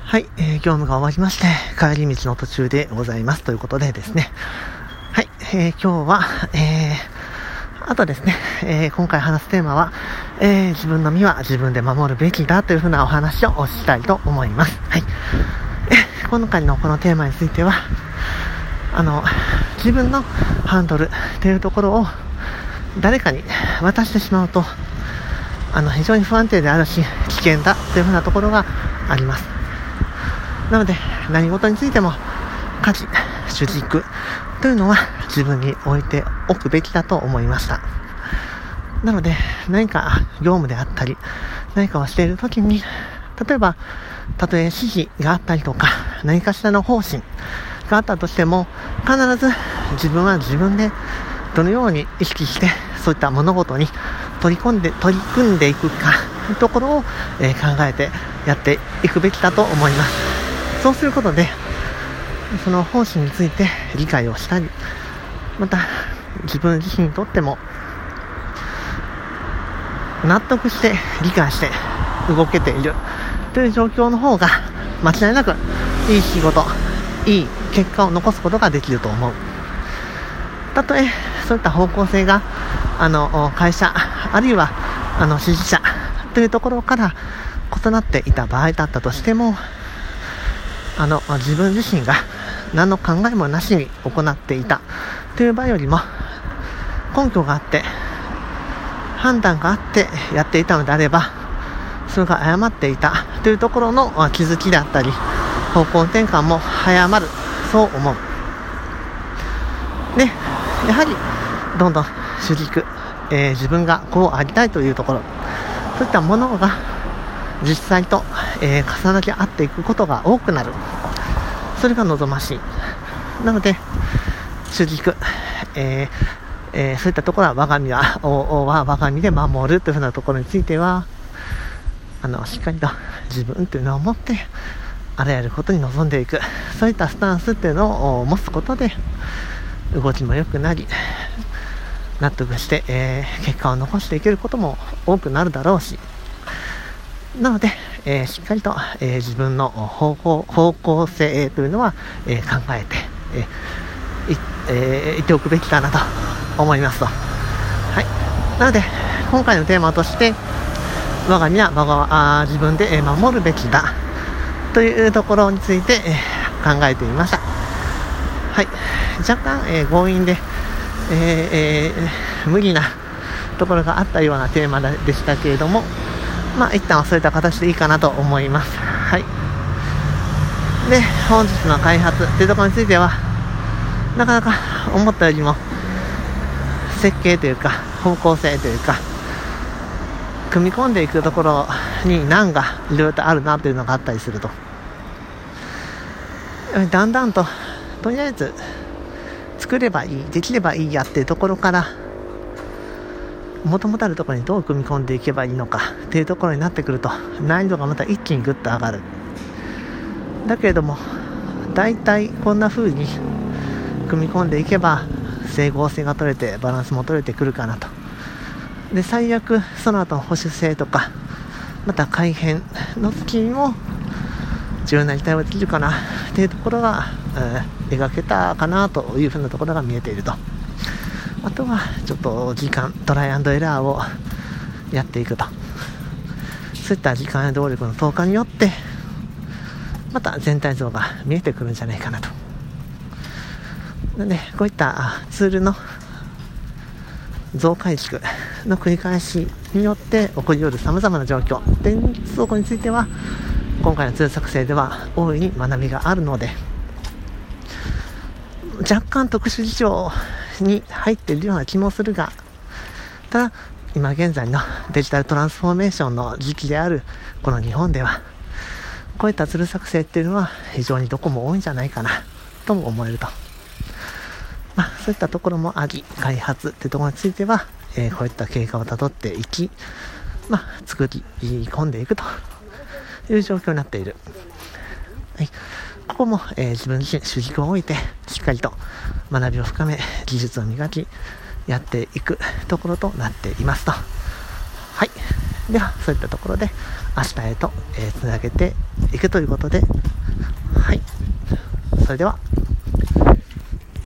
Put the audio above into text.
はい、業務が終わりまして、帰り道の途中でございますということでですね。はい、今日は、あとですね、今回話すテーマは、自分の身は自分で守るべきだというふうなお話をしたいと思います。はい。今回のこのテーマについては、自分のハンドルというところを誰かに渡してしまうと、非常に不安定であるし、危険だというふうなところがあります。なので、何事についても、舵、主軸というのは自分に置いておくべきだと思いました。なので、何か業務であったり、何かをしているときに、例えば、たとえ指示があったりとか、何かしらの方針があったとしても、必ず自分は自分でどのように意識して、そういった物事に取り組んでいくかというところを、考えてやっていくべきだと思います。そうすることで、その方針について理解をしたり、また自分自身にとっても納得して理解して動けているという状況の方が間違いなくいい仕事、いい結果を残すことができると思う。たとえそういった方向性が会社あるいは支持者というところから異なっていた場合だったとしても、自分自身が何の考えもなしに行っていたという場合よりも、根拠があって判断があってやっていたのであれば、それが誤っていたというところの気づきであったり、方向転換も早まる、そう思う。で、やはりどんどん主軸、自分がこうありたいというところ、そういったものが実際と、重なり合っていくことが多くなる。それが望ましい。なので主軸、そういったところは我が身は我が身で守るというふうなところについては、しっかりと自分というのを持ってあらゆることに臨んでいく、そういったスタンスっていうのを持つことで動きも良くなり、納得して、結果を残していけることも多くなるだろうし、なので、しっかりと、自分の方向性というのは、考えて、いておくべきかなと思いますと。はい。なので、今回のテーマとして、我が身は自分で守るべきだというところについて、考えてみました。はい。若干、強引で、無理なところがあったようなテーマでしたけれども、一旦はそういった形でいいかなと思います。はい。で、本日の開発というところについては、なかなか思ったよりも設計というか方向性というか組み込んでいくところに難がいろいろとあるなというのがあったりすると、だんだんととりあえず作ればいい、できればいいやっていうところから、元々あるところにどう組み込んでいけばいいのかっていうところになってくると、難易度がまた一気にグッと上がる。だけれどもだいたいこんな風に組み込んでいけば整合性が取れてバランスも取れてくるかなと。で、最悪その後の保守性とかまた改変の時にも柔軟に対応できるかなっていうところが、描けたかなという風なところが見えていると。あとはちょっと時間トライアンドエラーをやっていくと、そういった時間や動力の投下によってまた全体像が見えてくるんじゃないかなと。なので、こういったツールの増改築の繰り返しによって起こり得る様々な状況で、そこについては今回のツール作成では大いに学びがあるので、若干特殊事情に入っているような気もするが、ただ今現在のデジタルトランスフォーメーションの時期であるこの日本では、こういったツール作成っていうのは非常にどこも多いんじゃないかなとも思えると。そういったところもあり、開発っていうところについては、こういった経過をたどっていき、作り込んでいくという状況になっている。はい。ここも、自分自身主軸を置いてしっかりと学びを深め、技術を磨きやっていくところとなっていますと。はい。 ではそういったところで明日へと、つなげていくということで、はい、それでは